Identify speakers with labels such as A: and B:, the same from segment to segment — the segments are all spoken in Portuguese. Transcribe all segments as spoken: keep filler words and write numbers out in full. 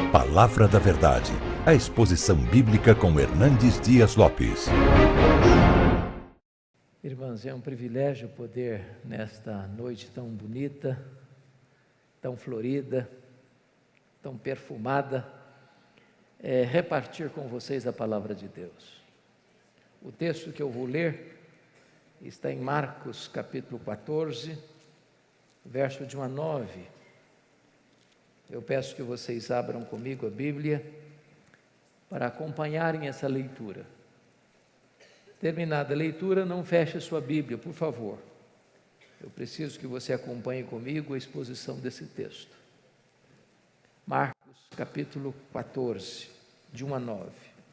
A: Palavra da Verdade, a exposição bíblica com Hernandes Dias Lopes.
B: Irmãos, é um privilégio poder, nesta noite tão bonita, tão florida, tão perfumada, é, repartir com vocês a palavra de Deus. O texto que eu vou ler está em Marcos capítulo quatorze, verso de um a nove. Eu peço que vocês abram comigo a Bíblia para acompanharem essa leitura. Terminada a leitura, não feche sua Bíblia, por favor. Eu preciso que você acompanhe comigo a exposição desse texto. Marcos capítulo quatorze, de um a nove.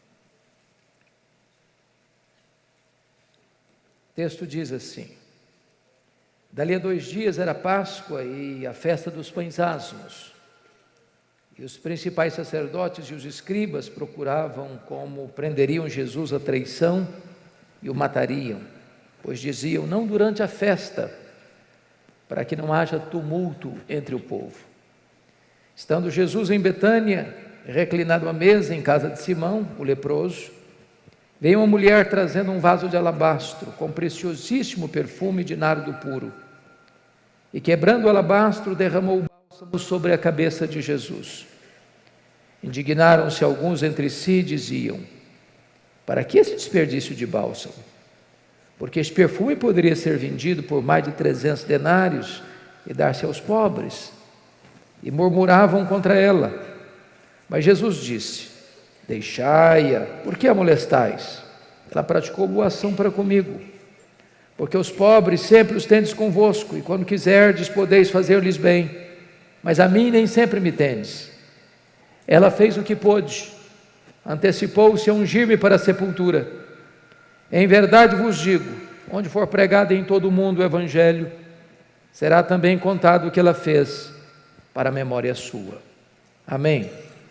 B: O texto diz assim: Dali a dois dias era Páscoa e a festa dos pães asmos. E os principais sacerdotes e os escribas procuravam como prenderiam Jesus à traição e o matariam, pois diziam: não durante a festa, para que não haja tumulto entre o povo. Estando Jesus em Betânia, reclinado à mesa em casa de Simão, o leproso, veio uma mulher trazendo um vaso de alabastro com preciosíssimo perfume de nardo puro, e quebrando o alabastro, derramou o bálsamo sobre a cabeça de Jesus. Indignaram-se alguns entre si e diziam: para que esse desperdício de bálsamo? Porque este perfume poderia ser vendido por mais de trezentos denários e dar-se aos pobres. E murmuravam contra ela. Mas Jesus disse: deixai-a, por que a molestais? Ela praticou boa ação para comigo. Porque os pobres sempre os tendes convosco, e quando quiserdes podeis fazer-lhes bem, mas a mim nem sempre me tendes. Ela fez o que pôde, antecipou-se a ungir-me para a sepultura. Em verdade vos digo, onde for pregado em todo o mundo o Evangelho, será também contado o que ela fez, para a memória sua. Amém.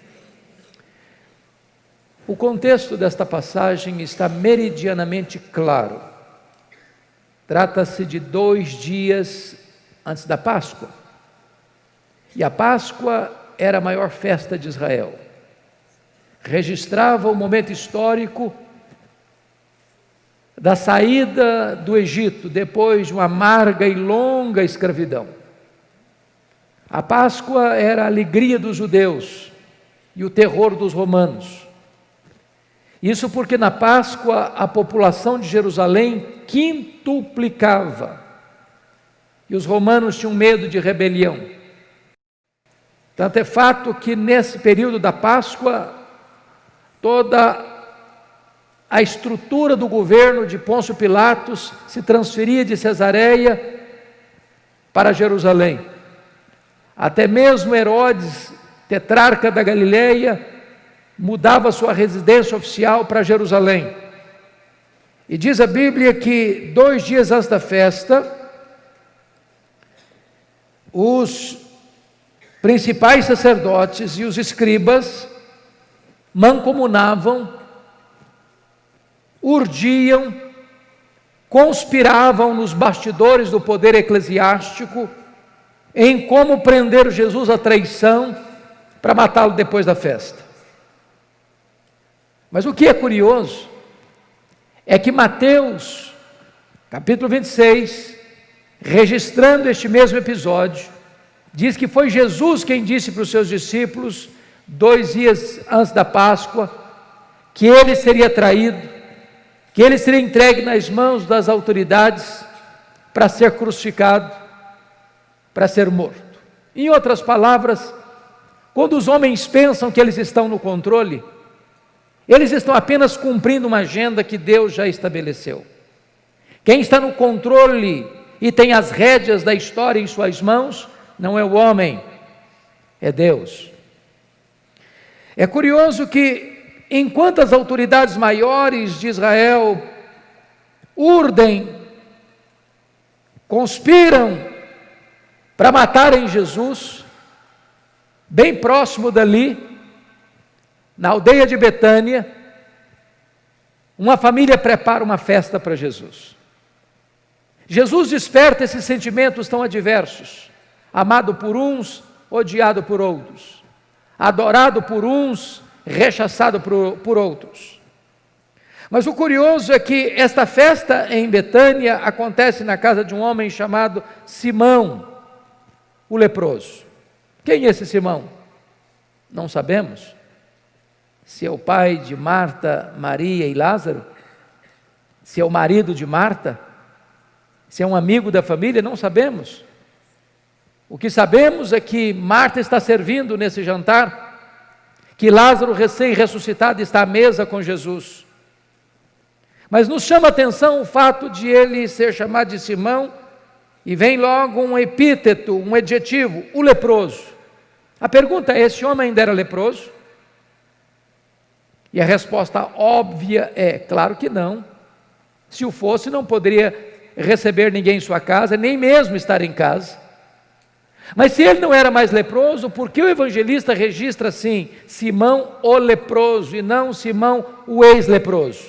B: O contexto desta passagem está meridianamente claro. Trata-se de dois dias antes da Páscoa. E a Páscoa era a maior festa de Israel. Registrava o momento histórico da saída do Egito, depois de uma amarga e longa escravidão. A Páscoa era a alegria dos judeus e o terror dos romanos. Isso porque na Páscoa a população de Jerusalém quintuplicava e os romanos tinham medo de rebelião. Tanto é fato que nesse período da Páscoa, toda a estrutura do governo de Pôncio Pilatos se transferia de Cesareia para Jerusalém. Até mesmo Herodes, tetrarca da Galileia, mudava sua residência oficial para Jerusalém. E diz a Bíblia que dois dias antes da festa, os principais sacerdotes e os escribas mancomunavam, urdiam, conspiravam nos bastidores do poder eclesiástico em como prender Jesus à traição para matá-lo depois da festa. Mas o que é curioso é que Mateus, capítulo vinte e seis, registrando este mesmo episódio, diz que foi Jesus quem disse para os seus discípulos, dois dias antes da Páscoa, que ele seria traído, que ele seria entregue nas mãos das autoridades para ser crucificado, para ser morto. Em outras palavras, quando os homens pensam que eles estão no controle, eles estão apenas cumprindo uma agenda que Deus já estabeleceu. Quem está no controle e tem as rédeas da história em suas mãos, não é o homem, é Deus. É curioso que, enquanto as autoridades maiores de Israel urdem, conspiram para matarem Jesus, bem próximo dali, na aldeia de Betânia, uma família prepara uma festa para Jesus. Jesus desperta esses sentimentos tão adversos, amado por uns, odiado por outros. adorado por uns, rechaçado por, por outros. Mas o curioso é que esta festa em Betânia acontece na casa de um homem chamado Simão, o leproso. Quem é esse Simão? Não sabemos. Se é o pai de Marta, Maria e Lázaro, se é o marido de Marta, se é um amigo da família, não sabemos. O que sabemos é que Marta está servindo nesse jantar, que Lázaro recém-ressuscitado está à mesa com Jesus. Mas nos chama a atenção o fato de ele ser chamado de Simão, e vem logo um epíteto, um adjetivo, o leproso. A pergunta é: esse homem ainda era leproso? E a resposta óbvia é: claro que não. Se o fosse, não poderia receber ninguém em sua casa, nem mesmo estar em casa. Mas se ele não era mais leproso, por que o evangelista registra assim, Simão o leproso, e não Simão o ex-leproso?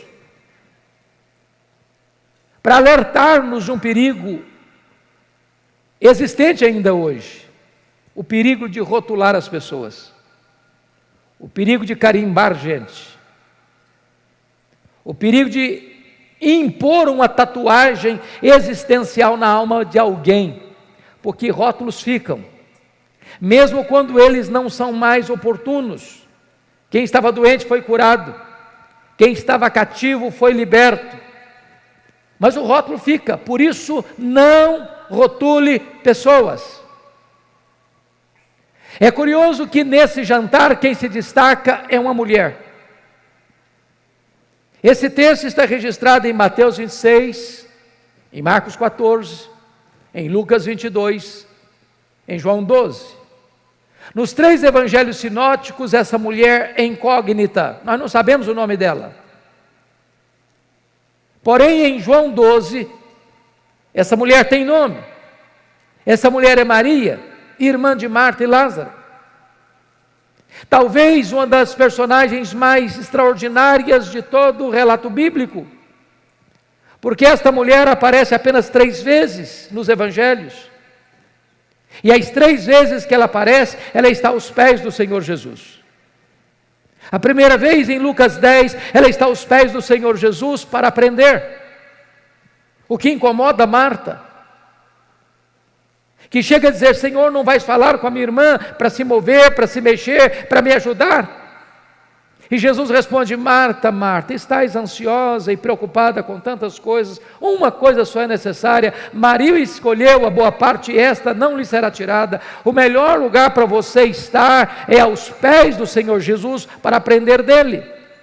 B: Para alertar-nos de um perigo existente ainda hoje, o perigo de rotular as pessoas, o perigo de carimbar gente, o perigo de impor uma tatuagem existencial na alma de alguém, porque rótulos ficam, mesmo quando eles não são mais oportunos. Quem estava doente foi curado, quem estava cativo foi liberto, mas o rótulo fica. Por isso, não rotule pessoas. É curioso que nesse jantar quem se destaca é uma mulher. Esse texto está registrado em Mateus vinte e seis, em Marcos quatorze, em Lucas vinte e dois, em João doze. Nos três evangelhos sinóticos, essa mulher é incógnita, nós não sabemos o nome dela. Porém, em João doze, essa mulher tem nome. Essa mulher é Maria, irmã de Marta e Lázaro. Talvez uma das personagens mais extraordinárias de todo o relato bíblico, porque esta mulher aparece apenas três vezes nos evangelhos, e as três vezes que ela aparece, ela está aos pés do Senhor Jesus. A primeira vez, em Lucas dez, ela está aos pés do Senhor Jesus para aprender, o que incomoda Marta, que chega a dizer: Senhor, não vais falar com a minha irmã para se mover, para se mexer, para me ajudar? E Jesus responde: Marta, Marta, estás ansiosa e preocupada com tantas coisas, uma coisa só é necessária. Maria escolheu a boa parte, e esta não lhe será tirada. O melhor lugar para você estar é aos pés do Senhor Jesus, para aprender dele.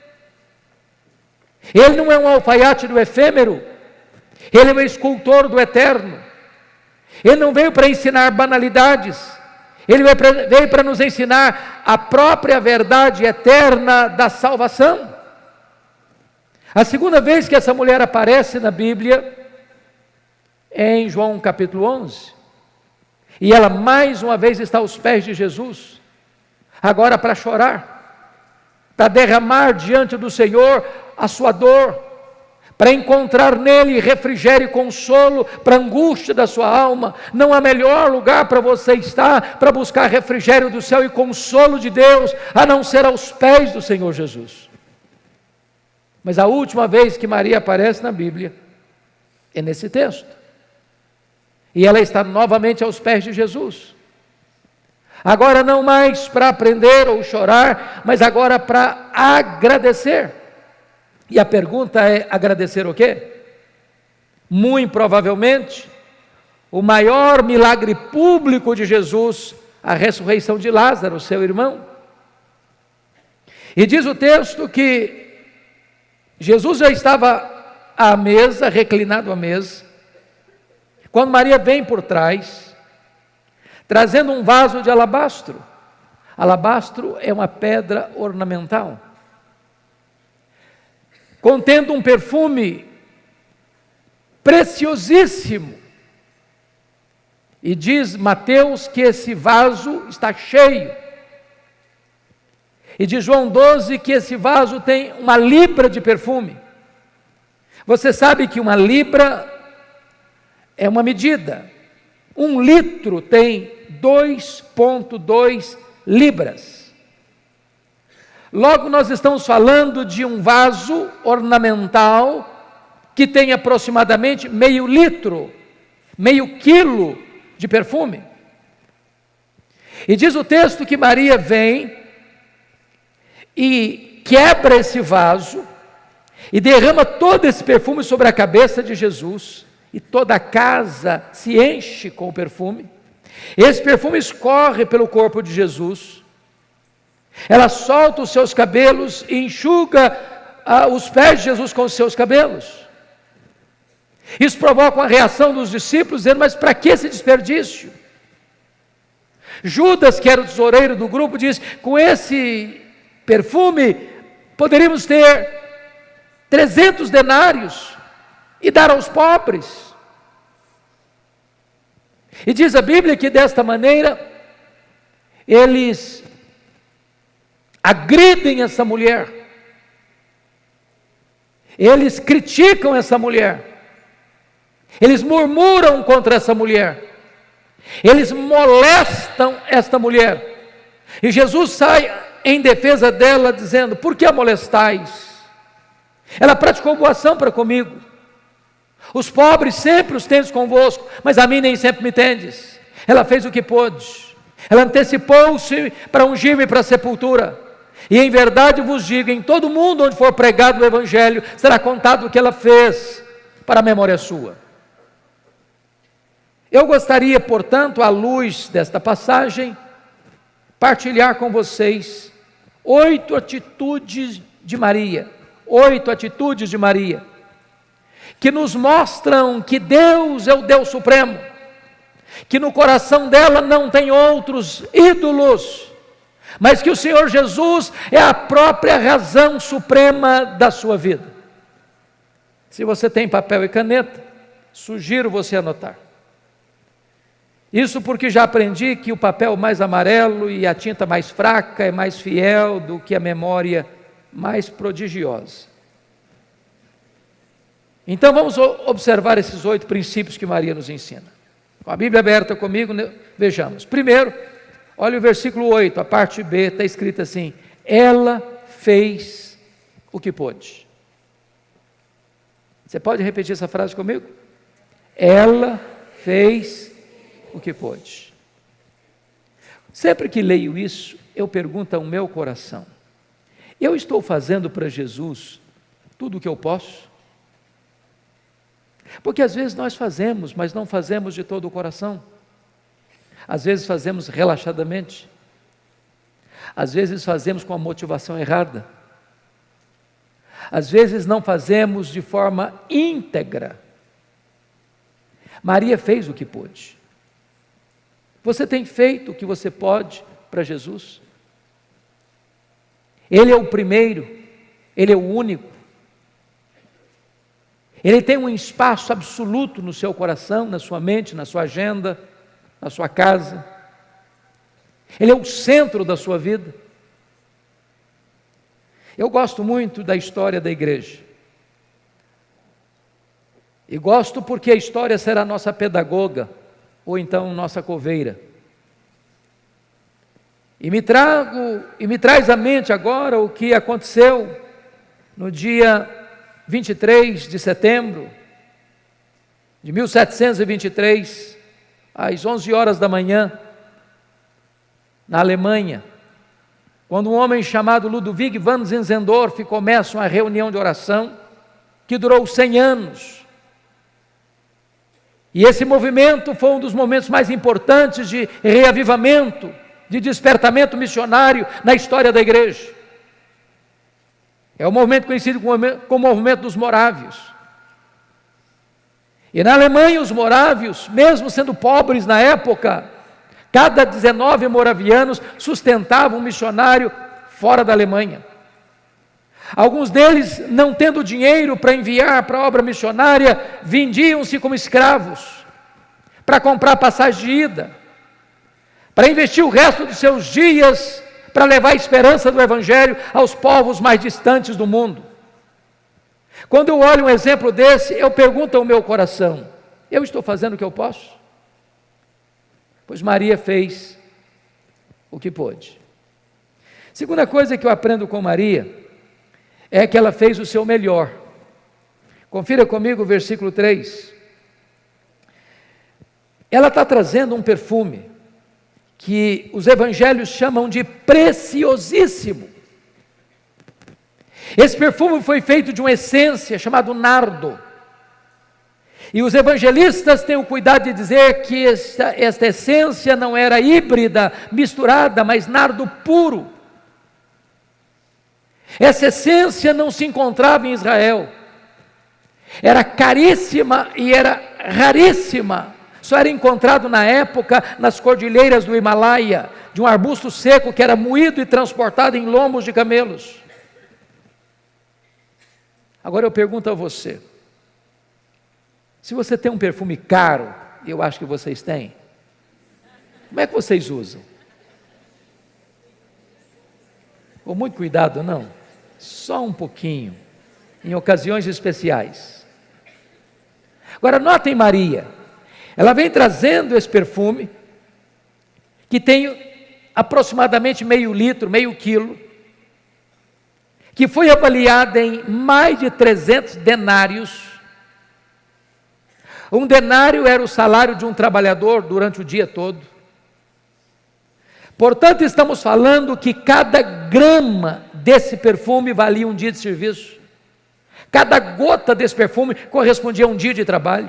B: Ele não é um alfaiate do efêmero, ele é um escultor do eterno. Ele não veio para ensinar banalidades, ele veio para nos ensinar a própria verdade eterna da salvação. A segunda vez que essa mulher aparece na Bíblia é em João capítulo onze, e ela mais uma vez está aos pés de Jesus, agora para chorar, para derramar diante do Senhor a sua dor, para encontrar nele refrigério e consolo para a angústia da sua alma. Não há melhor lugar para você estar, para buscar refrigério do céu e consolo de Deus, a não ser aos pés do Senhor Jesus. Mas a última vez que Maria aparece na Bíblia é nesse texto, e ela está novamente aos pés de Jesus, agora não mais para aprender ou chorar, mas agora para agradecer. E a pergunta é: agradecer o quê? Muito provavelmente, o maior milagre público de Jesus, a ressurreição de Lázaro, seu irmão. E diz o texto que Jesus já estava à mesa, reclinado à mesa, quando Maria vem por trás, trazendo um vaso de alabastro. Alabastro é uma pedra ornamental, contendo um perfume preciosíssimo. E diz Mateus que esse vaso está cheio. E diz João doze que esse vaso tem uma libra de perfume. Você sabe que uma libra é uma medida. Um litro tem dois vírgula dois libras. Logo, nós estamos falando de um vaso ornamental que tem aproximadamente meio litro, meio quilo de perfume. E diz o texto que Maria vem e quebra esse vaso e derrama todo esse perfume sobre a cabeça de Jesus, e toda a casa se enche com o perfume. Esse perfume escorre pelo corpo de Jesus. Ela solta os seus cabelos e enxuga ah, os pés de Jesus com os seus cabelos. Isso provoca uma reação dos discípulos, dizendo: mas para que esse desperdício? Judas, que era o tesoureiro do grupo, diz: com esse perfume poderíamos ter trezentos denários e dar aos pobres. E diz a Bíblia que desta maneira eles agridem essa mulher, eles criticam essa mulher, eles murmuram contra essa mulher, eles molestam esta mulher, e Jesus sai em defesa dela dizendo: por que a molestais? Ela praticou boa ação para comigo. Os pobres sempre os tendes convosco, mas a mim nem sempre me tendes. Ela fez o que pôde, ela antecipou-se para ungir-me para a sepultura. E em verdade vos digo, em todo mundo onde for pregado o Evangelho, será contado o que ela fez para a memória sua. Eu gostaria, portanto, à luz desta passagem, partilhar com vocês oito atitudes de Maria, oito atitudes de Maria, que nos mostram que Deus é o Deus Supremo, que no coração dela não tem outros ídolos, mas que o Senhor Jesus é a própria razão suprema da sua vida. Se você tem papel e caneta, sugiro você anotar. Isso porque já aprendi que o papel mais amarelo e a tinta mais fraca é mais fiel do que a memória mais prodigiosa. Então vamos observar esses oito princípios que Maria nos ensina. Com a Bíblia aberta comigo, vejamos. Primeiro, olha o versículo oito, a parte B, está escrito assim: ela fez o que pôde. Você pode repetir essa frase comigo? Ela fez o que pôde. Sempre que leio isso, eu pergunto ao meu coração: eu estou fazendo para Jesus tudo o que eu posso? Porque às vezes nós fazemos, mas não fazemos de todo o coração. Às vezes fazemos relaxadamente. Às vezes fazemos com a motivação errada. Às vezes não fazemos de forma íntegra. Maria fez o que pôde. Você tem feito o que você pode para Jesus? Ele é o primeiro, Ele é o único. Ele tem um espaço absoluto no seu coração, na sua mente, na sua agenda, na sua casa. Ele é o centro da sua vida. Eu gosto muito da história da igreja. E gosto porque a história será nossa pedagoga, ou então nossa coveira. E me trago, e me traz à mente agora o que aconteceu no dia vinte e três de setembro de mil setecentos e vinte e três, às onze horas da manhã, na Alemanha, quando um homem chamado Ludwig van Zinzendorf começa uma reunião de oração que durou cem anos. E esse movimento foi um dos momentos mais importantes de reavivamento, de despertamento missionário na história da igreja. É o movimento conhecido como o movimento dos morávios. E na Alemanha, os morávios, mesmo sendo pobres na época, cada dezenove moravianos sustentavam um missionário fora da Alemanha. Alguns deles, não tendo dinheiro para enviar para a obra missionária, vendiam-se como escravos, para comprar passagem de ida, para investir o resto dos seus dias para levar a esperança do Evangelho aos povos mais distantes do mundo. Quando eu olho um exemplo desse, eu pergunto ao meu coração: eu estou fazendo o que eu posso? Pois Maria fez o que pôde. Segunda coisa que eu aprendo com Maria é que ela fez o seu melhor. Confira comigo o versículo três. Ela está trazendo um perfume que os evangelhos chamam de preciosíssimo. Esse perfume foi feito de uma essência chamada nardo. E os evangelistas têm o cuidado de dizer que esta, esta essência não era híbrida, misturada, mas nardo puro. Essa essência não se encontrava em Israel. Era caríssima e era raríssima. Só era encontrado na época nas cordilheiras do Himalaia, de um arbusto seco que era moído e transportado em lombos de camelos. Agora eu pergunto a você, se você tem um perfume caro, e eu acho que vocês têm, como é que vocês usam? Com muito cuidado, não? Só um pouquinho, em ocasiões especiais. Agora notem Maria, ela vem trazendo esse perfume, que tem aproximadamente meio litro, meio quilo, que foi avaliado em mais de trezentos denários. Um denário era o salário de um trabalhador durante o dia todo. Portanto, estamos falando que cada grama desse perfume valia um dia de serviço. Cada gota desse perfume correspondia a um dia de trabalho.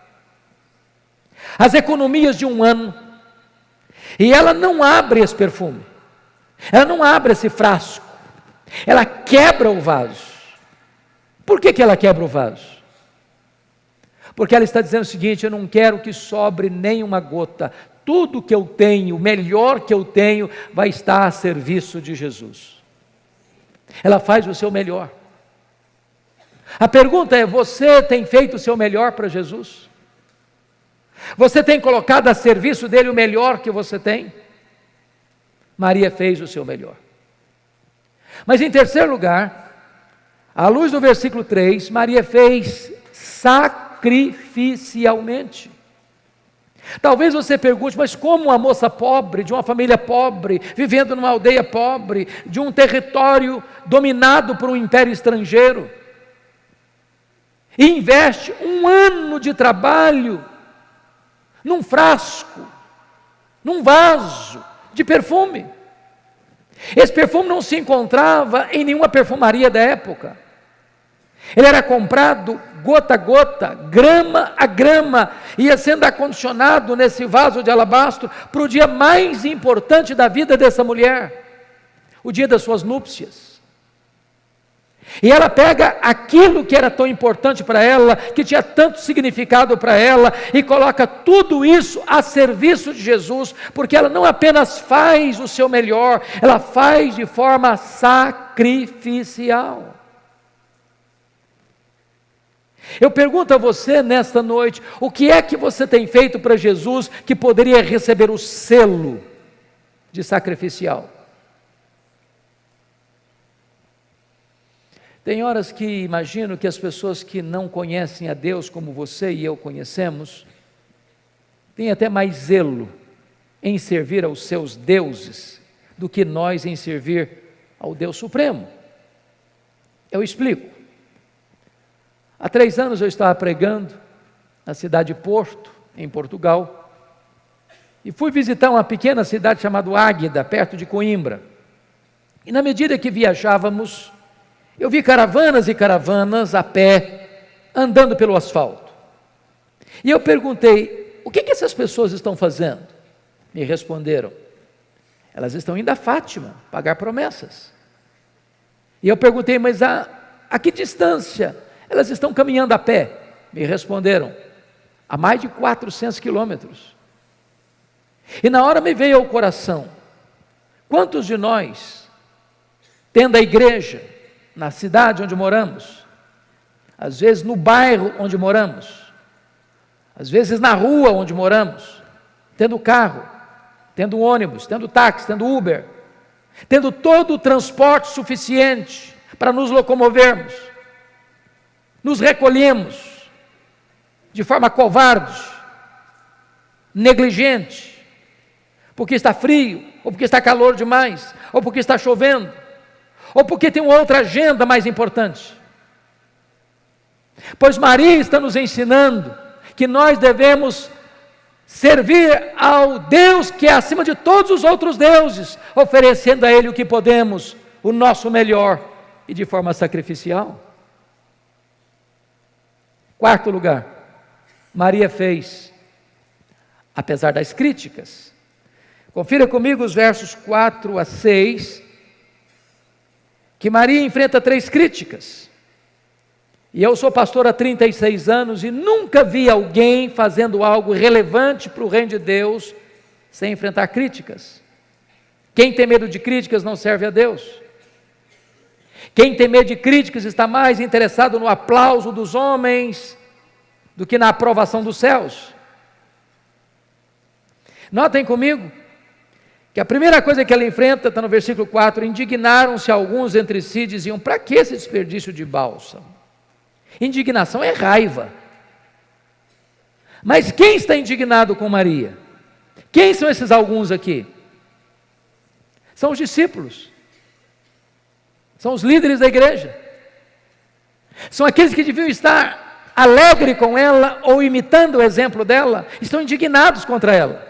B: As economias de um ano. E ela não abre esse perfume. Ela não abre esse frasco. Ela quebra o vaso. Por que que ela quebra o vaso? Porque ela está dizendo o seguinte: eu não quero que sobre nenhuma gota. Tudo que eu tenho, o melhor que eu tenho, vai estar a serviço de Jesus. Ela faz o seu melhor. A pergunta é: você tem feito o seu melhor para Jesus? Você tem colocado a serviço dele o melhor que você tem? Maria fez o seu melhor. Mas em terceiro lugar, à luz do versículo três, Maria fez sacrificialmente. Talvez você pergunte: mas como uma moça pobre, de uma família pobre, vivendo numa aldeia pobre, de um território dominado por um império estrangeiro, e investe um ano de trabalho num frasco, num vaso de perfume? Esse perfume não se encontrava em nenhuma perfumaria da época. Ele era comprado gota a gota, grama a grama, ia sendo acondicionado nesse vaso de alabastro para o dia mais importante da vida dessa mulher, o dia das suas núpcias. E ela pega aquilo que era tão importante para ela, que tinha tanto significado para ela, e coloca tudo isso a serviço de Jesus, porque ela não apenas faz o seu melhor, ela faz de forma sacrificial. Eu pergunto a você nesta noite: o que é que você tem feito para Jesus que poderia receber o selo de sacrificial? Tem horas que imagino que as pessoas que não conhecem a Deus como você e eu conhecemos, têm até mais zelo em servir aos seus deuses do que nós em servir ao Deus Supremo. Eu explico. Há três anos eu estava pregando na cidade de Porto, em Portugal, e fui visitar uma pequena cidade chamada Águeda, perto de Coimbra. E na medida que viajávamos, eu vi caravanas e caravanas a pé, andando pelo asfalto. E eu perguntei: o que que essas pessoas estão fazendo? Me responderam: elas estão indo a Fátima, pagar promessas. E eu perguntei: mas a, a que distância elas estão caminhando a pé? Me responderam: a mais de quatrocentos quilômetros. E na hora me veio ao coração: quantos de nós, tendo a igreja na cidade onde moramos, às vezes no bairro onde moramos, às vezes na rua onde moramos, tendo carro, tendo ônibus, tendo táxi, tendo Uber, tendo todo o transporte suficiente para nos locomovermos, nos recolhemos de forma covarde, negligente, porque está frio, ou porque está calor demais, ou porque está chovendo, ou porque tem uma outra agenda mais importante. Pois Maria está nos ensinando que nós devemos servir ao Deus que é acima de todos os outros deuses, oferecendo a Ele o que podemos, o nosso melhor e de forma sacrificial. Quarto lugar, Maria fez, apesar das críticas. Confira comigo os versos quatro a seis, que Maria enfrenta três críticas. E eu sou pastor há trinta e seis anos e nunca vi alguém fazendo algo relevante para o reino de Deus sem enfrentar críticas. Quem tem medo de críticas não serve a Deus. Quem tem medo de críticas está mais interessado no aplauso dos homens do que na aprovação dos céus. Notem comigo que a primeira coisa que ela enfrenta está no versículo quatro: indignaram-se alguns entre si e diziam: para que esse desperdício de bálsamo? Indignação é raiva. Mas quem está indignado com Maria? Quem são esses alguns aqui? São os discípulos, são os líderes da igreja, são aqueles que deviam estar alegres com ela ou imitando o exemplo dela, estão indignados contra ela.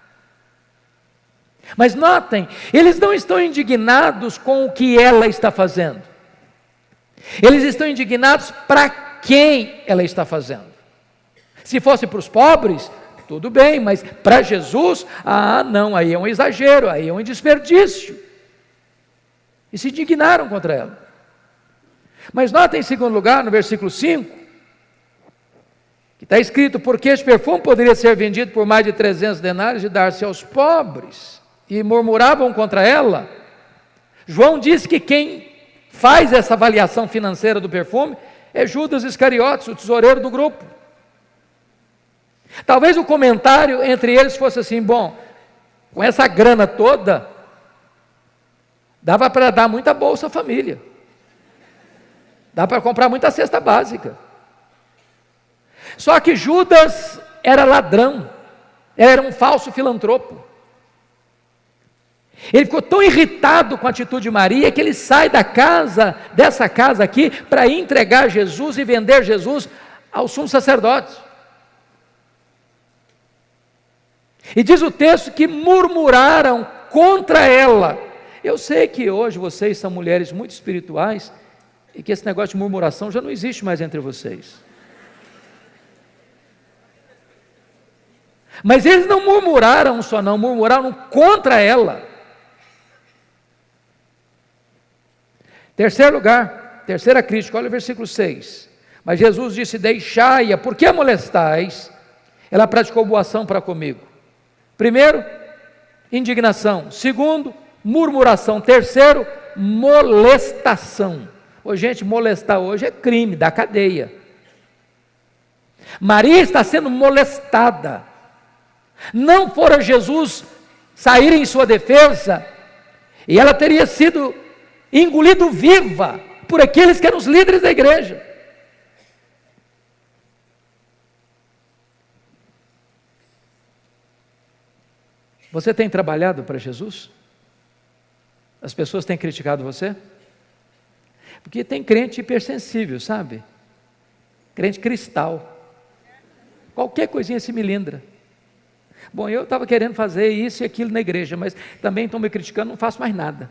B: Mas notem, eles não estão indignados com o que ela está fazendo, eles estão indignados para quem ela está fazendo. Se fosse para os pobres, tudo bem, mas para Jesus, ah não, aí é um exagero, aí é um desperdício. E se indignaram contra ela. Mas notem em segundo lugar, no versículo cinco, que está escrito: porque este perfume poderia ser vendido por mais de trezentos denários e dar-se aos pobres. E murmuravam contra ela. João disse que quem faz essa avaliação financeira do perfume é Judas Iscariotes, o tesoureiro do grupo. Talvez o comentário entre eles fosse assim: bom, com essa grana toda, dava para dar muita bolsa à família, dá para comprar muita cesta básica. Só que Judas era ladrão, era um falso filantropo. Ele ficou tão irritado com a atitude de Maria que ele sai da casa, dessa casa aqui, para entregar Jesus e vender Jesus ao sumo sacerdote. E diz o texto que murmuraram contra ela. Eu sei que hoje vocês são mulheres muito espirituais e que esse negócio de murmuração já não existe mais entre vocês. Mas eles não murmuraram só não, murmuraram contra ela. Terceiro lugar, terceira crítica, olha o versículo seis. Mas Jesus disse: deixai-a, por que a molestais? Ela praticou boa ação para comigo. Primeiro, indignação. Segundo, murmuração. Terceiro, molestação. Ô, gente, molestar hoje é crime, dá cadeia. Maria está sendo molestada. Não fora Jesus sair em sua defesa, e ela teria sido engolido viva por aqueles que eram os líderes da igreja. Você tem trabalhado para Jesus? As pessoas têm criticado você? Porque tem crente hipersensível, sabe? Crente cristal. Qualquer coisinha se melindra. Bom, eu estava querendo fazer isso e aquilo na igreja, mas também estão me criticando, não faço mais nada.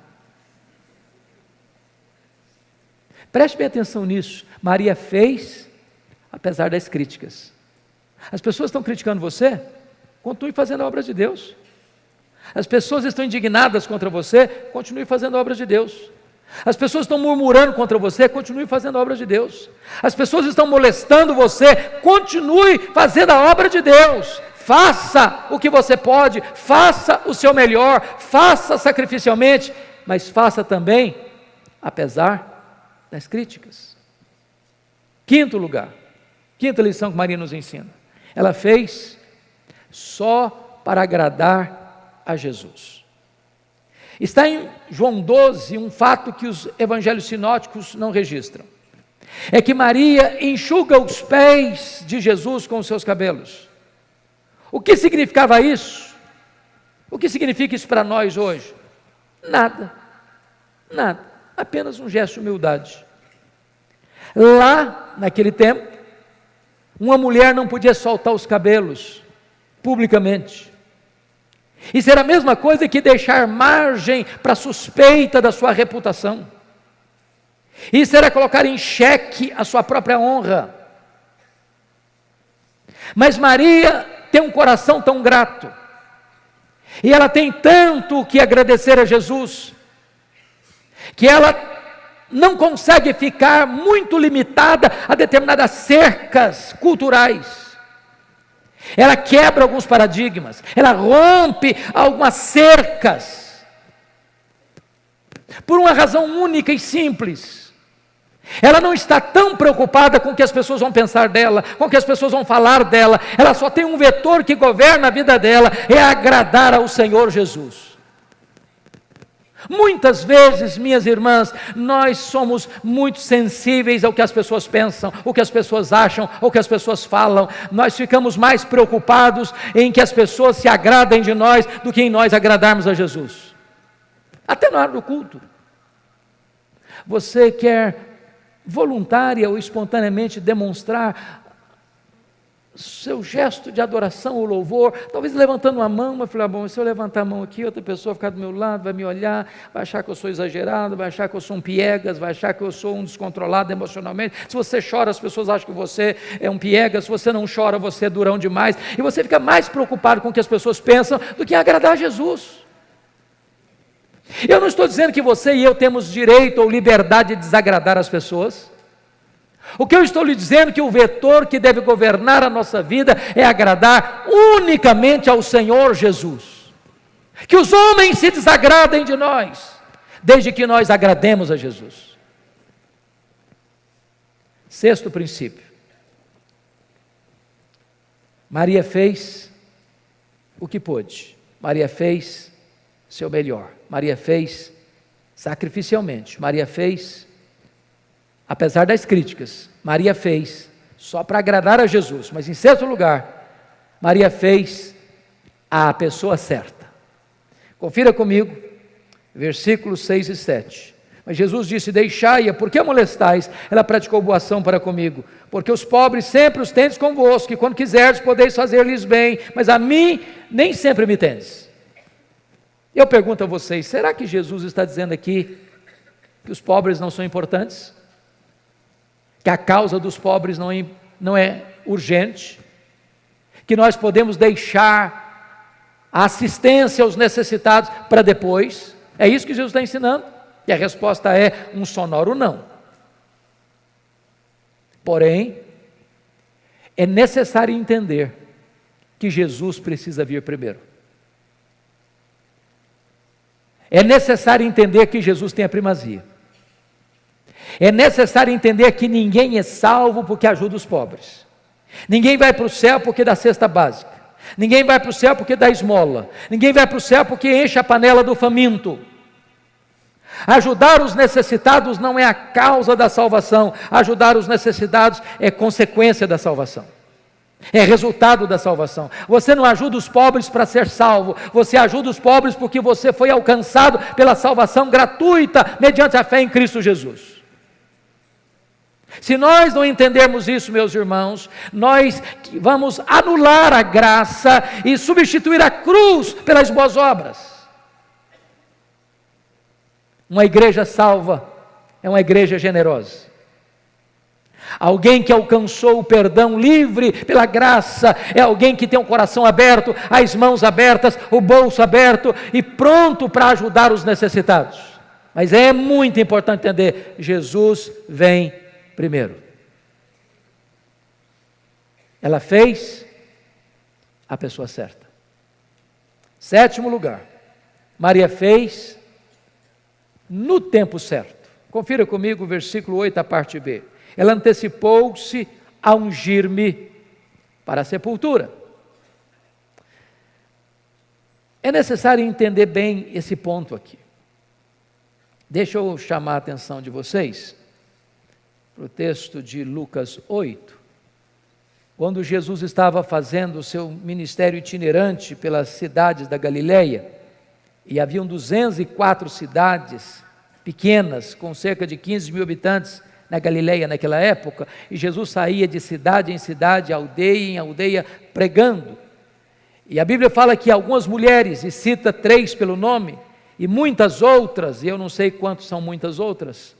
B: Preste bem atenção nisso. Maria fez, apesar das críticas. As pessoas estão criticando você? Continue fazendo a obra de Deus. As pessoas estão indignadas contra você? Continue fazendo a obra de Deus. As pessoas estão murmurando contra você? Continue fazendo a obra de Deus. As pessoas estão molestando você? Continue fazendo a obra de Deus. Faça o que você pode, faça o seu melhor, faça sacrificialmente, mas faça também, apesar das críticas. Quinto lugar, quinta lição que Maria nos ensina: ela fez só para agradar a Jesus. Está em João doze um fato que os evangelhos sinóticos não registram, é que Maria enxuga os pés de Jesus com os seus cabelos. O que significava isso? O que significa isso para nós hoje? Nada, nada, apenas um gesto de humildade. Lá, naquele tempo, uma mulher não podia soltar os cabelos publicamente. Isso era a mesma coisa que deixar margem para suspeita da sua reputação. Isso era colocar em xeque a sua própria honra. Mas Maria tem um coração tão grato, e ela tem tanto que agradecer a Jesus, que ela não consegue ficar muito limitada a determinadas cercas culturais. Ela quebra alguns paradigmas, ela rompe algumas cercas, por uma razão única e simples. Ela não está tão preocupada com o que as pessoas vão pensar dela, com o que as pessoas vão falar dela. Ela só tem um vetor que governa a vida dela, é agradar ao Senhor Jesus. Muitas vezes, minhas irmãs, nós somos muito sensíveis ao que as pessoas pensam, o que as pessoas acham, o que as pessoas falam. Nós ficamos mais preocupados em que as pessoas se agradem de nós do que em nós agradarmos a Jesus. Até na hora do culto. Você quer voluntária ou espontaneamente demonstrar seu gesto de adoração ou louvor, talvez levantando a mão, mas falar, bom, se eu levantar a mão aqui, outra pessoa vai ficar do meu lado, vai me olhar, vai achar que eu sou exagerado, vai achar que eu sou um piegas, vai achar que eu sou um descontrolado emocionalmente. Se você chora, as pessoas acham que você é um piegas. Se você não chora, você é durão demais, e você fica mais preocupado com o que as pessoas pensam do que em agradar a Jesus. Eu não estou dizendo que você e eu temos direito ou liberdade de desagradar as pessoas. O que eu estou lhe dizendo é que o vetor que deve governar a nossa vida é agradar unicamente ao Senhor Jesus. Que os homens se desagradem de nós, desde que nós agrademos a Jesus. Sexto princípio. Maria fez o que pôde. Maria fez seu melhor. Maria fez sacrificialmente. Maria fez, apesar das críticas, Maria fez só para agradar a Jesus. Mas em sexto lugar, Maria fez a pessoa certa. Confira comigo, versículos seis e sete. Mas Jesus disse, deixai-a, por que a molestais? Ela praticou boa ação para comigo, porque os pobres sempre os tendes convosco, e quando quiserdes podeis fazer-lhes bem, mas a mim nem sempre me tendes. Eu pergunto a vocês, será que Jesus está dizendo aqui que os pobres não são importantes? Que a causa dos pobres não é, não é urgente? Que nós podemos deixar a assistência aos necessitados para depois? É isso que Jesus está ensinando? E a resposta é um sonoro não. Porém, é necessário entender que Jesus precisa vir primeiro. É necessário entender que Jesus tem a primazia. É necessário entender que ninguém é salvo porque ajuda os pobres. Ninguém vai para o céu porque dá cesta básica. Ninguém vai para o céu porque dá esmola. Ninguém vai para o céu porque enche a panela do faminto. Ajudar os necessitados não é a causa da salvação. Ajudar os necessitados é consequência da salvação. É resultado da salvação. Você não ajuda os pobres para ser salvo, você ajuda os pobres porque você foi alcançado pela salvação gratuita, mediante a fé em Cristo Jesus. Se nós não entendermos isso, meus irmãos, nós vamos anular a graça e substituir a cruz pelas boas obras. Uma igreja salva é uma igreja generosa. Alguém que alcançou o perdão livre pela graça, é alguém que tem o coração aberto, as mãos abertas, o bolso aberto e pronto para ajudar os necessitados. Mas é muito importante entender, Jesus vem primeiro. Ela fez a pessoa certa. Sétimo lugar, Maria fez no tempo certo. Confira comigo o versículo oito, a parte B. Ela antecipou-se a ungir-me para a sepultura. É necessário entender bem esse ponto aqui. Deixa eu chamar a atenção de vocês para o texto de Lucas oito, quando Jesus estava fazendo o seu ministério itinerante pelas cidades da Galileia, e haviam duzentas e quatro cidades pequenas, com cerca de quinze mil habitantes na Galileia naquela época, e Jesus saía de cidade em cidade, aldeia em aldeia, pregando. E a Bíblia fala que algumas mulheres, e cita três pelo nome, e muitas outras, e eu não sei quantos são muitas outras,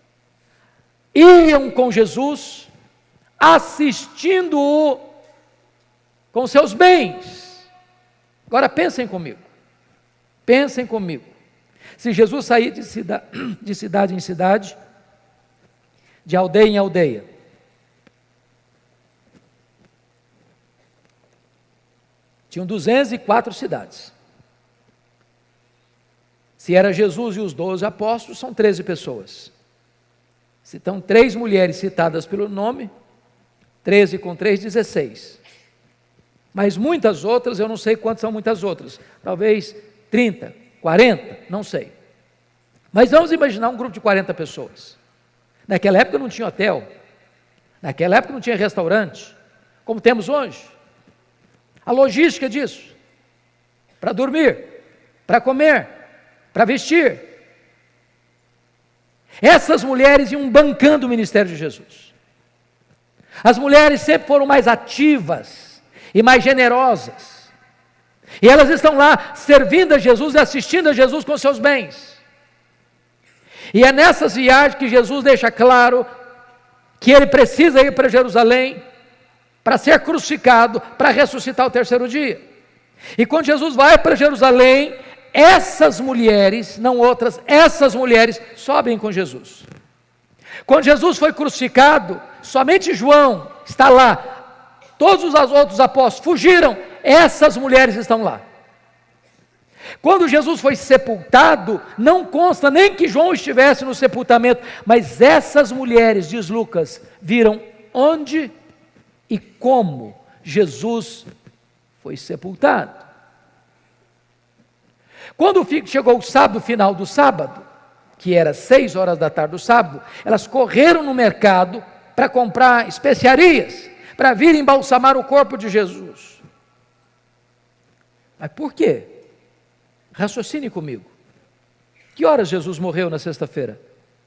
B: iam com Jesus, assistindo-o com seus bens. Agora pensem comigo, pensem comigo, se Jesus sair de, cida, de cidade em cidade, de aldeia em aldeia, tinham duzentas e quatro cidades, se era Jesus e os doze apóstolos, são treze pessoas, se estão três mulheres citadas pelo nome, treze com três, dezesseis. Mas muitas outras, eu não sei quantas são muitas outras. Talvez trinta, quarenta, não sei. Mas vamos imaginar um grupo de quarenta pessoas. Naquela época não tinha hotel. Naquela época não tinha restaurante, como temos hoje. A logística disso. Para dormir, para comer, para vestir. Essas mulheres iam bancando o ministério de Jesus. As mulheres sempre foram mais ativas e mais generosas, e elas estão lá servindo a Jesus e assistindo a Jesus com seus bens. E é nessas viagens que Jesus deixa claro que ele precisa ir para Jerusalém para ser crucificado, para ressuscitar ao terceiro dia. E quando Jesus vai para Jerusalém, essas mulheres, não outras, essas mulheres sobem com Jesus. Quando Jesus foi crucificado, somente João está lá, todos os outros apóstolos fugiram, essas mulheres estão lá. Quando Jesus foi sepultado, não consta nem que João estivesse no sepultamento, mas essas mulheres, diz Lucas, viram onde e como Jesus foi sepultado. Quando chegou o sábado, final do sábado, que era seis horas da tarde do sábado, elas correram no mercado para comprar especiarias, para vir embalsamar o corpo de Jesus. Mas por quê? Raciocine comigo. Que horas Jesus morreu na sexta-feira?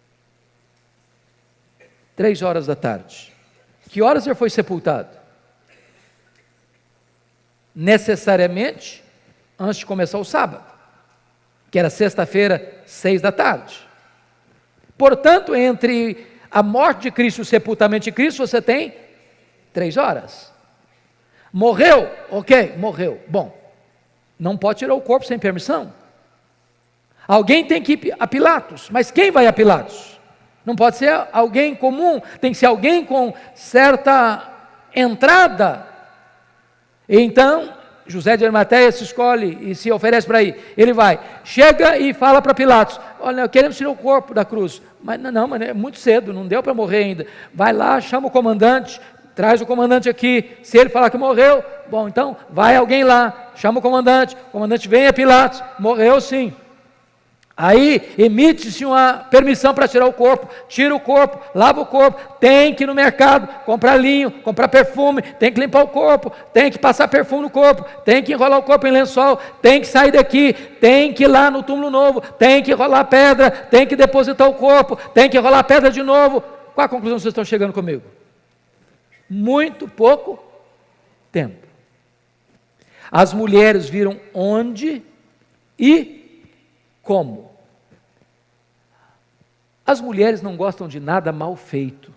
B: Três horas da tarde. Que horas ele foi sepultado? Necessariamente antes de começar o sábado, que era sexta-feira, seis da tarde. Portanto, entre a morte de Cristo e o sepultamento de Cristo, você tem três horas. Morreu? Ok, morreu. Bom, não pode tirar o corpo sem permissão. Alguém tem que ir a Pilatos, mas quem vai a Pilatos? Não pode ser alguém comum, tem que ser alguém com certa entrada. Então, José de Arimateia se escolhe e se oferece para ir. Ele vai, chega e fala para Pilatos: olha, queremos tirar o corpo da cruz. Mas não, mas é muito cedo, não deu para morrer ainda. Vai lá, chama o comandante, traz o comandante aqui. Se ele falar que morreu, bom, então vai alguém lá, chama o comandante. O comandante vem a Pilatos, morreu sim. Aí emite-se uma permissão para tirar o corpo, tira o corpo, lava o corpo, tem que ir no mercado, comprar linho, comprar perfume, tem que limpar o corpo, tem que passar perfume no corpo, tem que enrolar o corpo em lençol, tem que sair daqui, tem que ir lá no túmulo novo, tem que enrolar pedra, tem que depositar o corpo, tem que enrolar pedra de novo. Qual a conclusão vocês estão chegando comigo? Muito pouco tempo. As mulheres viram onde e como. As mulheres não gostam de nada mal feito.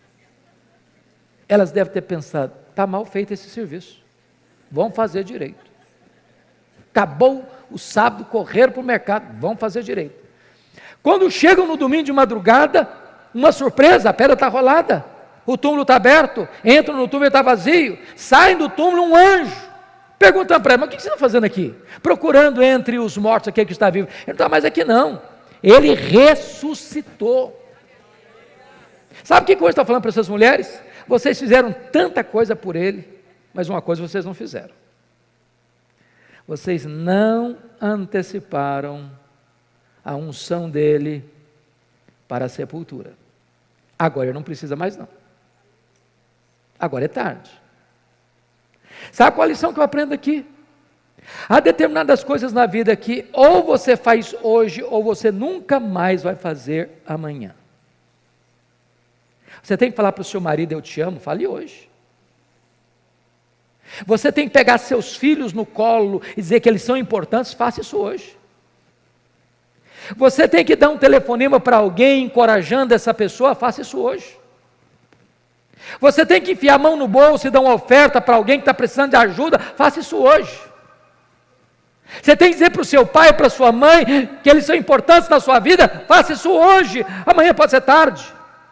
B: Elas devem ter pensado: está mal feito esse serviço, vamos fazer direito. Acabou o sábado, correram para o mercado, vamos fazer direito. Quando chegam no domingo de madrugada, uma surpresa, a pedra está rolada, o túmulo está aberto, entram no túmulo e está vazio, saem do túmulo um anjo, perguntando para ele: mas o que você está fazendo aqui? Procurando entre os mortos aquele que está vivo. Ele não está mais aqui não, ele ressuscitou. Sabe o que hoje está falando para essas mulheres? Vocês fizeram tanta coisa por ele, mas uma coisa vocês não fizeram: vocês não anteciparam a unção dele para a sepultura. Agora ele não precisa mais não, agora é tarde. Sabe qual a lição que eu aprendo aqui? Há determinadas coisas na vida que ou você faz hoje, ou você nunca mais vai fazer amanhã. Você tem que falar para o seu marido, eu te amo, fale hoje. Você tem que pegar seus filhos no colo e dizer que eles são importantes, faça isso hoje. Você tem que dar um telefonema para alguém, encorajando essa pessoa, faça isso hoje. Você tem que enfiar a mão no bolso e dar uma oferta para alguém que está precisando de ajuda, faça isso hoje. Você tem que dizer para o seu pai, para a sua mãe, que eles são importantes na sua vida, faça isso hoje, amanhã pode ser tarde.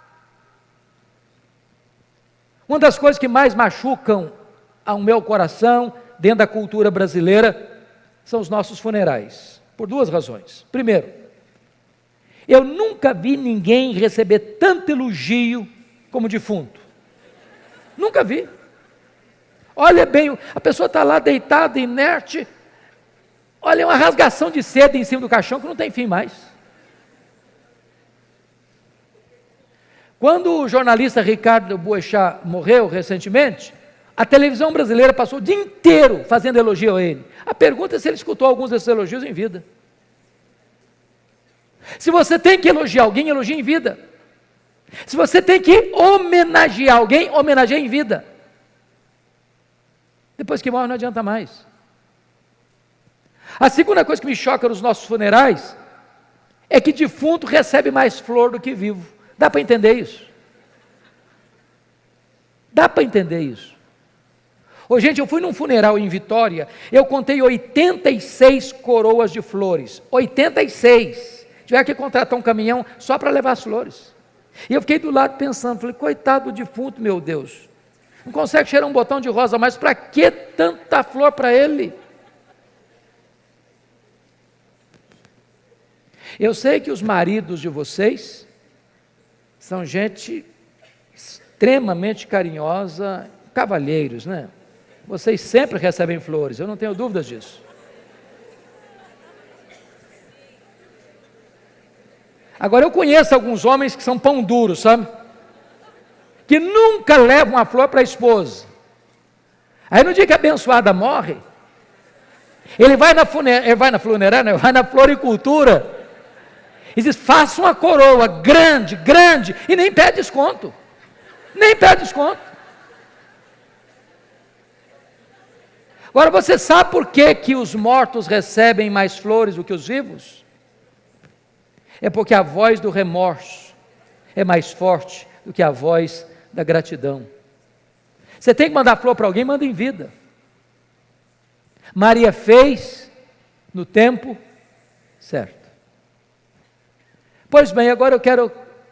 B: Uma das coisas que mais machucam ao meu coração, dentro da cultura brasileira, são os nossos funerais, por duas razões. Primeiro, eu nunca vi ninguém receber tanto elogio como defunto. Nunca vi. Olha bem, a pessoa está lá deitada, inerte, olha uma rasgação de seda em cima do caixão que não tem fim mais. Quando o jornalista Ricardo Boechat morreu recentemente, a televisão brasileira passou o dia inteiro fazendo elogio a ele. A pergunta é se ele escutou alguns desses elogios em vida. Se você tem que elogiar alguém, elogie em vida. Se você tem que homenagear alguém, homenageie em vida. Depois que morre não adianta mais. A segunda coisa que me choca nos nossos funerais é que defunto recebe mais flor do que vivo. Dá para entender isso? Dá para entender isso? Ô, gente, eu fui num funeral em Vitória, eu contei oitenta e seis coroas de flores. oitenta e seis. Tiver que contratar um caminhão só para levar as flores. E eu fiquei do lado pensando, falei, coitado do defunto, meu Deus. Não consegue cheirar um botão de rosa mais, para que tanta flor para ele? Eu sei que os maridos de vocês são gente extremamente carinhosa, cavalheiros, né? Vocês sempre recebem flores, eu não tenho dúvidas disso. Agora eu conheço alguns homens que são pão duro, sabe? Que nunca levam a flor para a esposa. Aí no dia que a abençoada morre, ele vai na funerária, ele vai na funerária, ele vai na floricultura e diz, faça uma coroa grande, grande, e nem pede desconto. Nem pede desconto. Agora você sabe por que, que os mortos recebem mais flores do que os vivos? É porque a voz do remorso é mais forte do que a voz da gratidão. Você tem que mandar flor para alguém, manda em vida. Maria fez no tempo certo. Pois bem, agora eu quero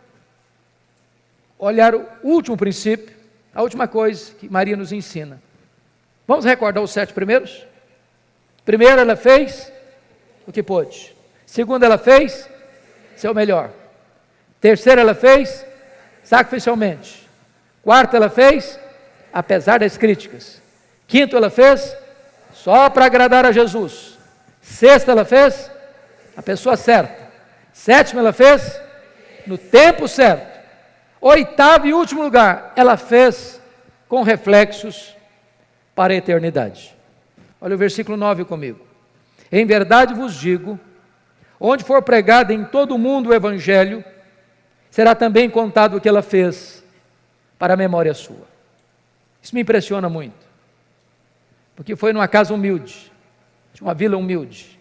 B: olhar o último princípio, a última coisa que Maria nos ensina. Vamos recordar os sete primeiros? Primeiro, ela fez o que pôde. Segundo, ela fez seu melhor. Terceiro, ela fez sacrificialmente. Quarto, ela fez apesar das críticas. Quinto, ela fez só para agradar a Jesus. Sexto, ela fez a pessoa certa. Sétimo, ela fez no tempo certo. Oitavo e último lugar, ela fez com reflexos para a eternidade. Olha o versículo nove comigo. Em verdade vos digo, onde for pregado em todo o mundo o evangelho, será também contado o que ela fez para a memória sua. Isso me impressiona muito, porque foi numa casa humilde, de uma vila humilde,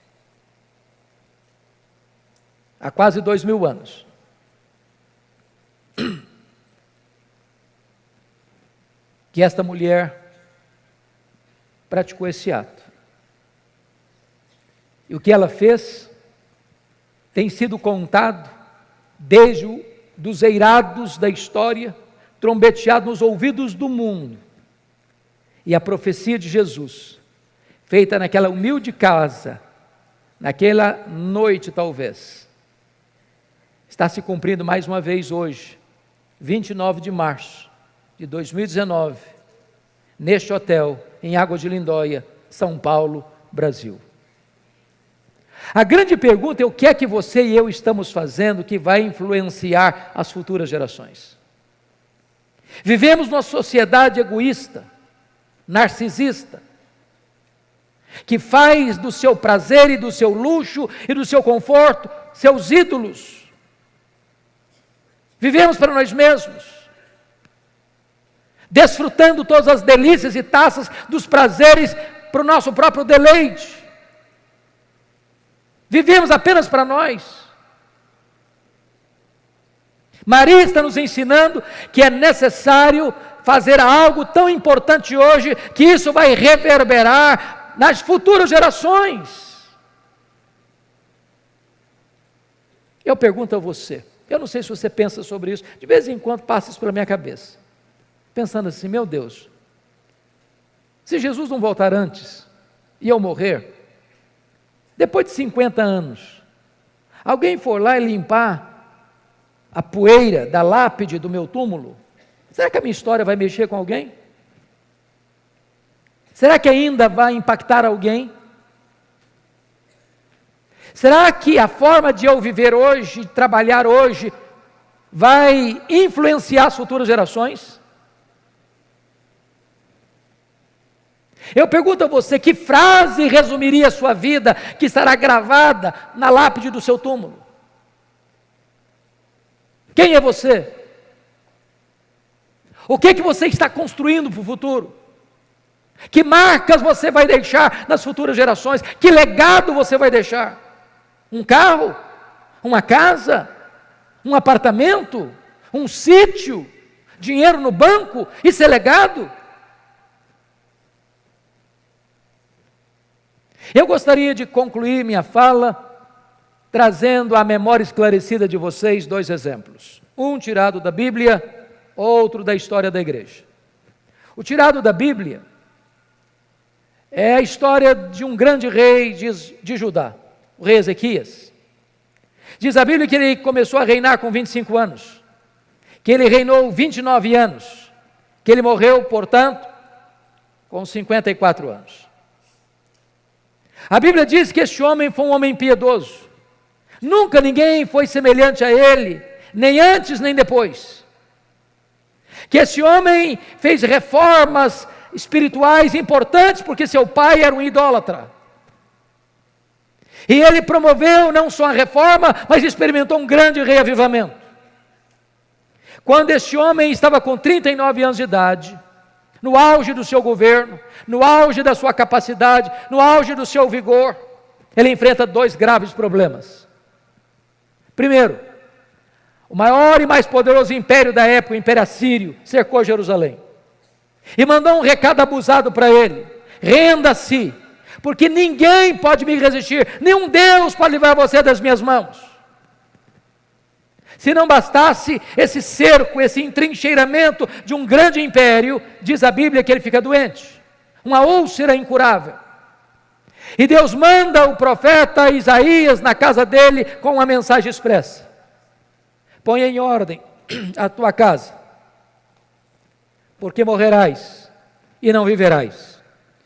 B: há quase dois mil anos. Que esta mulher praticou esse ato. E o que ela fez tem sido contado desde o, dos eirados da história, trombeteado nos ouvidos do mundo. E a profecia de Jesus, feita naquela humilde casa, naquela noite talvez, está se cumprindo mais uma vez hoje, vinte e nove de março de dois mil e dezenove, neste hotel, em Água de Lindóia, São Paulo, Brasil. A grande pergunta é o que é que você e eu estamos fazendo que vai influenciar as futuras gerações. Vivemos numa sociedade egoísta, narcisista, que faz do seu prazer e do seu luxo e do seu conforto seus ídolos. Vivemos para nós mesmos, desfrutando todas as delícias e taças dos prazeres para o nosso próprio deleite. Vivemos apenas para nós. Maria está nos ensinando que é necessário fazer algo tão importante hoje, que isso vai reverberar nas futuras gerações. Eu pergunto a você, eu não sei se você pensa sobre isso, de vez em quando passa isso pela minha cabeça, pensando assim, meu Deus, se Jesus não voltar antes, e eu morrer, depois de cinquenta anos, alguém for lá e limpar a poeira da lápide do meu túmulo, será que a minha história vai mexer com alguém? Será que ainda vai impactar alguém? Será que a forma de eu viver hoje, de trabalhar hoje, vai influenciar as futuras gerações? Eu pergunto a você, que frase resumiria a sua vida, que estará gravada na lápide do seu túmulo? Quem é você? O que, que você está construindo para o futuro? Que marcas você vai deixar nas futuras gerações? Que legado você vai deixar? Um carro? Uma casa? Um apartamento? Um sítio? Dinheiro no banco? Isso é legado? Eu gostaria de concluir minha fala trazendo à memória esclarecida de vocês dois exemplos. Um tirado da Bíblia, outro da história da igreja. O tirado da Bíblia é a história de um grande rei de, de Judá, o rei Ezequias. Diz a Bíblia que ele começou a reinar com vinte e cinco anos, que ele reinou vinte e nove anos, que ele morreu, portanto, com cinquenta e quatro anos. A Bíblia diz que este homem foi um homem piedoso. Nunca ninguém foi semelhante a ele, nem antes nem depois. Que esse homem fez reformas espirituais importantes, porque seu pai era um idólatra. E ele promoveu não só a reforma, mas experimentou um grande reavivamento. Quando este homem estava com trinta e nove anos de idade, no auge do seu governo, no auge da sua capacidade, no auge do seu vigor, ele enfrenta dois graves problemas. Primeiro, o maior e mais poderoso império da época, o Império Assírio, cercou Jerusalém. E mandou um recado abusado para ele: renda-se, porque ninguém pode me resistir, nenhum Deus pode livrar você das minhas mãos. Se não bastasse esse cerco, esse entrincheiramento de um grande império, diz a Bíblia que ele fica doente, uma úlcera incurável. E Deus manda o profeta Isaías na casa dele com uma mensagem expressa: põe em ordem a tua casa, porque morrerás e não viverás.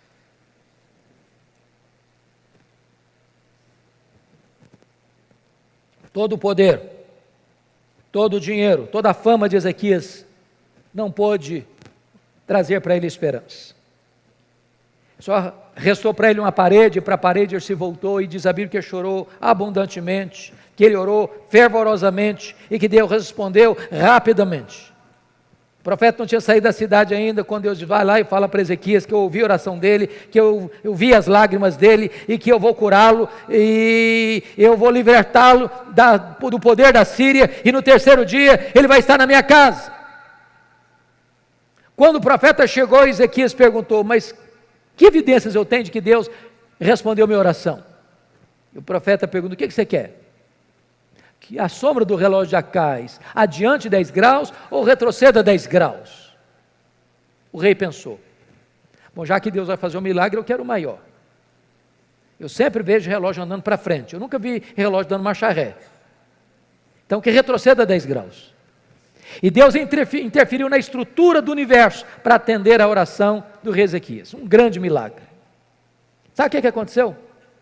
B: Todo o poder, todo o dinheiro, toda a fama de Ezequias não pôde trazer para ele esperança. Só restou para ele uma parede, para a parede ele se voltou, e diz a Bíblia que ele chorou abundantemente, que ele orou fervorosamente e que Deus respondeu rapidamente. O profeta não tinha saído da cidade ainda, quando Deus vai lá e fala para Ezequias que eu ouvi a oração dele, que eu, eu vi as lágrimas dele e que eu vou curá-lo e eu vou libertá-lo da, do poder da Síria, e no terceiro dia ele vai estar na minha casa. Quando o profeta chegou, Ezequias perguntou: mas que evidências eu tenho de que Deus respondeu minha oração? E o profeta pergunta: o que você quer? Que a sombra do relógio de Acais adiante dez graus ou retroceda dez graus? O rei pensou: bom, já que Deus vai fazer um milagre, eu quero o maior. Eu sempre vejo relógio andando para frente, eu nunca vi relógio dando marcha ré. Então que retroceda dez graus. E Deus interferiu na estrutura do universo para atender a oração do rei Ezequias. Um grande milagre. Sabe o que, que aconteceu?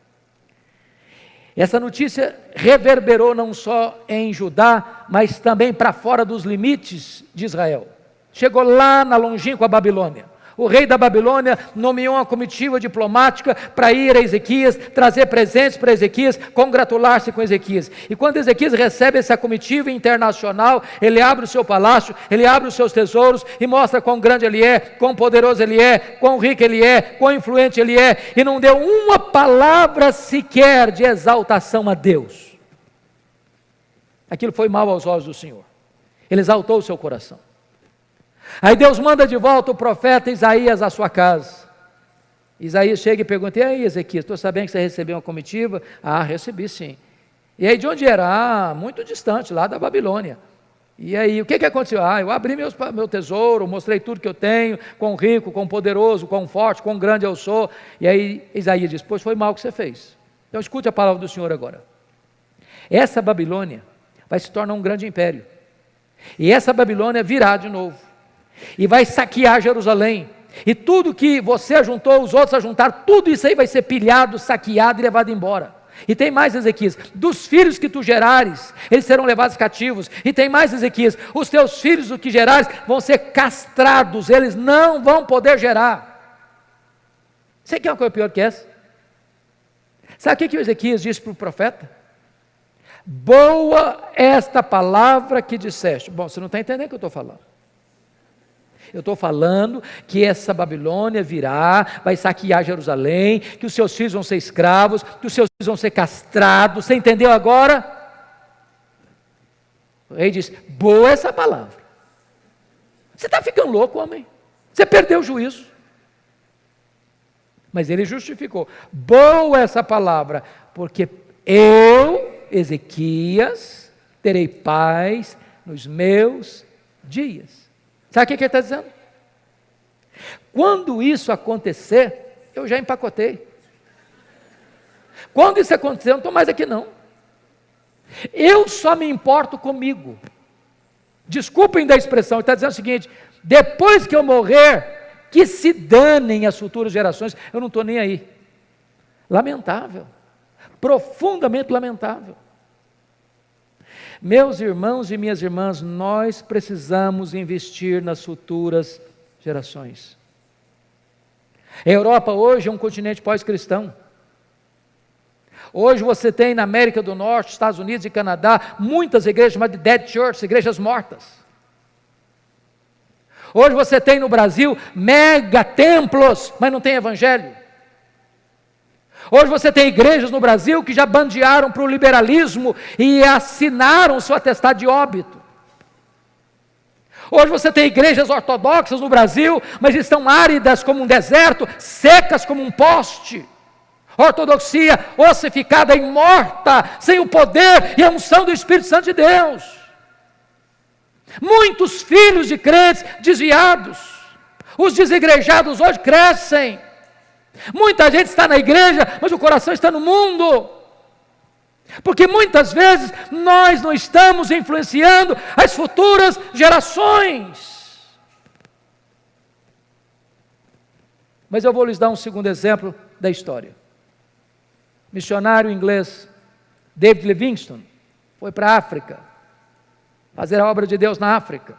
B: Essa notícia reverberou não só em Judá, mas também para fora dos limites de Israel. Chegou lá na longínqua Babilônia. O rei da Babilônia nomeou uma comitiva diplomática para ir a Ezequias, trazer presentes para Ezequias, congratular-se com Ezequias. E quando Ezequias recebe essa comitiva internacional, ele abre o seu palácio, ele abre os seus tesouros e mostra quão grande ele é, quão poderoso ele é, quão rico ele é, quão influente ele é, e não deu uma palavra sequer de exaltação a Deus. Aquilo foi mal aos olhos do Senhor. Ele exaltou o seu coração. Aí Deus manda de volta o profeta Isaías à sua casa. Isaías chega e pergunta: e aí, Ezequias, estou sabendo que você recebeu uma comitiva? Ah, recebi sim. E aí de onde era? Ah, muito distante, lá da Babilônia. E aí, o que, que aconteceu? Ah, eu abri meus, meu tesouro, mostrei tudo que eu tenho, quão rico, quão poderoso, quão forte, quão grande eu sou. E aí Isaías diz: pois foi mal o que você fez. Então escute a palavra do Senhor agora. Essa Babilônia vai se tornar um grande império. E essa Babilônia virá de novo. E vai saquear Jerusalém, e tudo que você juntou, os outros a juntar, tudo isso aí vai ser pilhado, saqueado e levado embora. E tem mais, Ezequias, dos filhos que tu gerares, eles serão levados cativos. E tem mais, Ezequias, os teus filhos, o que gerares, vão ser castrados, eles não vão poder gerar. Você quer uma coisa pior que essa? Sabe o que, que o Ezequias disse para o profeta? Boa esta palavra que disseste. Bom, você não está entendendo o que eu estou falando. Eu estou falando que essa Babilônia virá, vai saquear Jerusalém, que os seus filhos vão ser escravos, que os seus filhos vão ser castrados. Você entendeu agora? O rei diz: boa essa palavra. Você está ficando louco, homem? Você perdeu o juízo. Mas ele justificou: boa essa palavra, porque eu, Ezequias, terei paz nos meus dias. Sabe o que ele está dizendo? Quando isso acontecer, eu já empacotei. Quando isso acontecer, eu não estou mais aqui não. Eu só me importo comigo. Desculpem da expressão, ele está dizendo o seguinte: depois que eu morrer, que se danem as futuras gerações, eu não estou nem aí. Lamentável, profundamente lamentável. Meus irmãos e minhas irmãs, nós precisamos investir nas futuras gerações. A Europa hoje é um continente pós-cristão. Hoje você tem na América do Norte, Estados Unidos e Canadá, muitas igrejas chamadas de dead church, igrejas mortas. Hoje você tem no Brasil mega templos, mas não tem evangelho. Hoje você tem igrejas no Brasil que já bandearam para o liberalismo e assinaram seu atestado de óbito. Hoje você tem igrejas ortodoxas no Brasil, mas estão áridas como um deserto, secas como um poste. Ortodoxia ossificada e morta, sem o poder e a unção do Espírito Santo de Deus. Muitos filhos de crentes desviados. Os desigrejados hoje crescem. Muita gente está na igreja, mas o coração está no mundo. Porque muitas vezes nós não estamos influenciando as futuras gerações. Mas eu vou lhes dar um segundo exemplo da história. Missionário inglês David Livingstone foi para a África fazer a obra de Deus na África.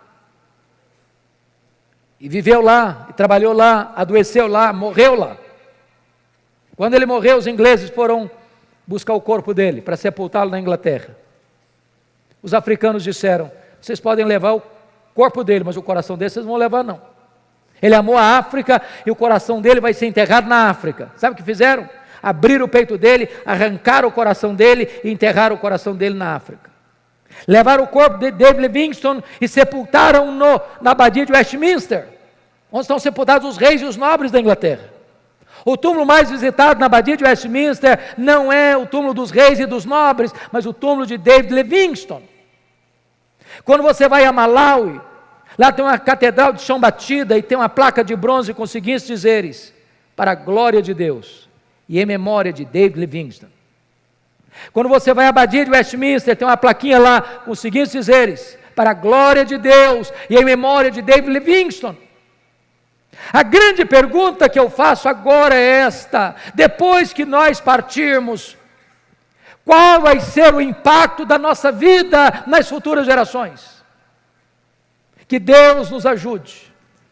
B: E viveu lá, e trabalhou lá, adoeceu lá, morreu lá. Quando ele morreu, os ingleses foram buscar o corpo dele para sepultá-lo na Inglaterra. Os africanos disseram: vocês podem levar o corpo dele, mas o coração dele vocês não vão levar não. Ele amou a África e o coração dele vai ser enterrado na África. Sabe o que fizeram? Abriram o peito dele, arrancaram o coração dele e enterraram o coração dele na África. Levaram o corpo de David Livingstone e sepultaram no, na abadia de Westminster, onde estão sepultados os reis e os nobres da Inglaterra. O túmulo mais visitado na abadia de Westminster não é o túmulo dos reis e dos nobres, mas o túmulo de David Livingstone. Quando você vai a Malawi, lá tem uma catedral de chão batida e tem uma placa de bronze com os seguintes dizeres: para a glória de Deus e em memória de David Livingstone. Quando você vai à abadia de Westminster, tem uma plaquinha lá com os seguintes dizeres: para a glória de Deus e em memória de David Livingstone. A grande pergunta que eu faço agora é esta: depois que nós partirmos, qual vai ser o impacto da nossa vida nas futuras gerações? Que Deus nos ajude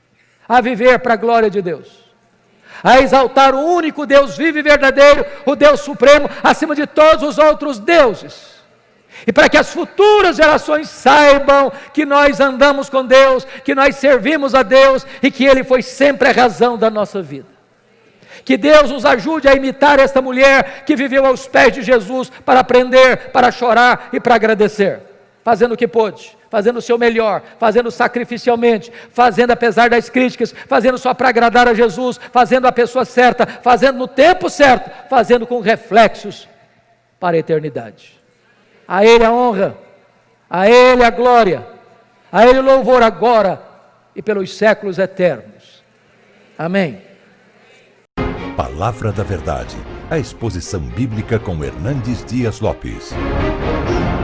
B: a viver para a glória de Deus, a exaltar o único Deus vivo e verdadeiro, o Deus supremo, acima de todos os outros deuses. E para que as futuras gerações saibam que nós andamos com Deus, que nós servimos a Deus e que Ele foi sempre a razão da nossa vida. Que Deus nos ajude a imitar esta mulher que viveu aos pés de Jesus para aprender, para chorar e para agradecer, fazendo o que pôde, fazendo o seu melhor, fazendo sacrificialmente, fazendo apesar das críticas, fazendo só para agradar a Jesus, fazendo a pessoa certa, fazendo no tempo certo, fazendo com reflexos para a eternidade. A Ele a honra, a Ele a glória, a Ele o louvor agora e pelos séculos eternos. Amém.
A: Palavra da Verdade, a exposição bíblica com Hernandes Dias Lopes.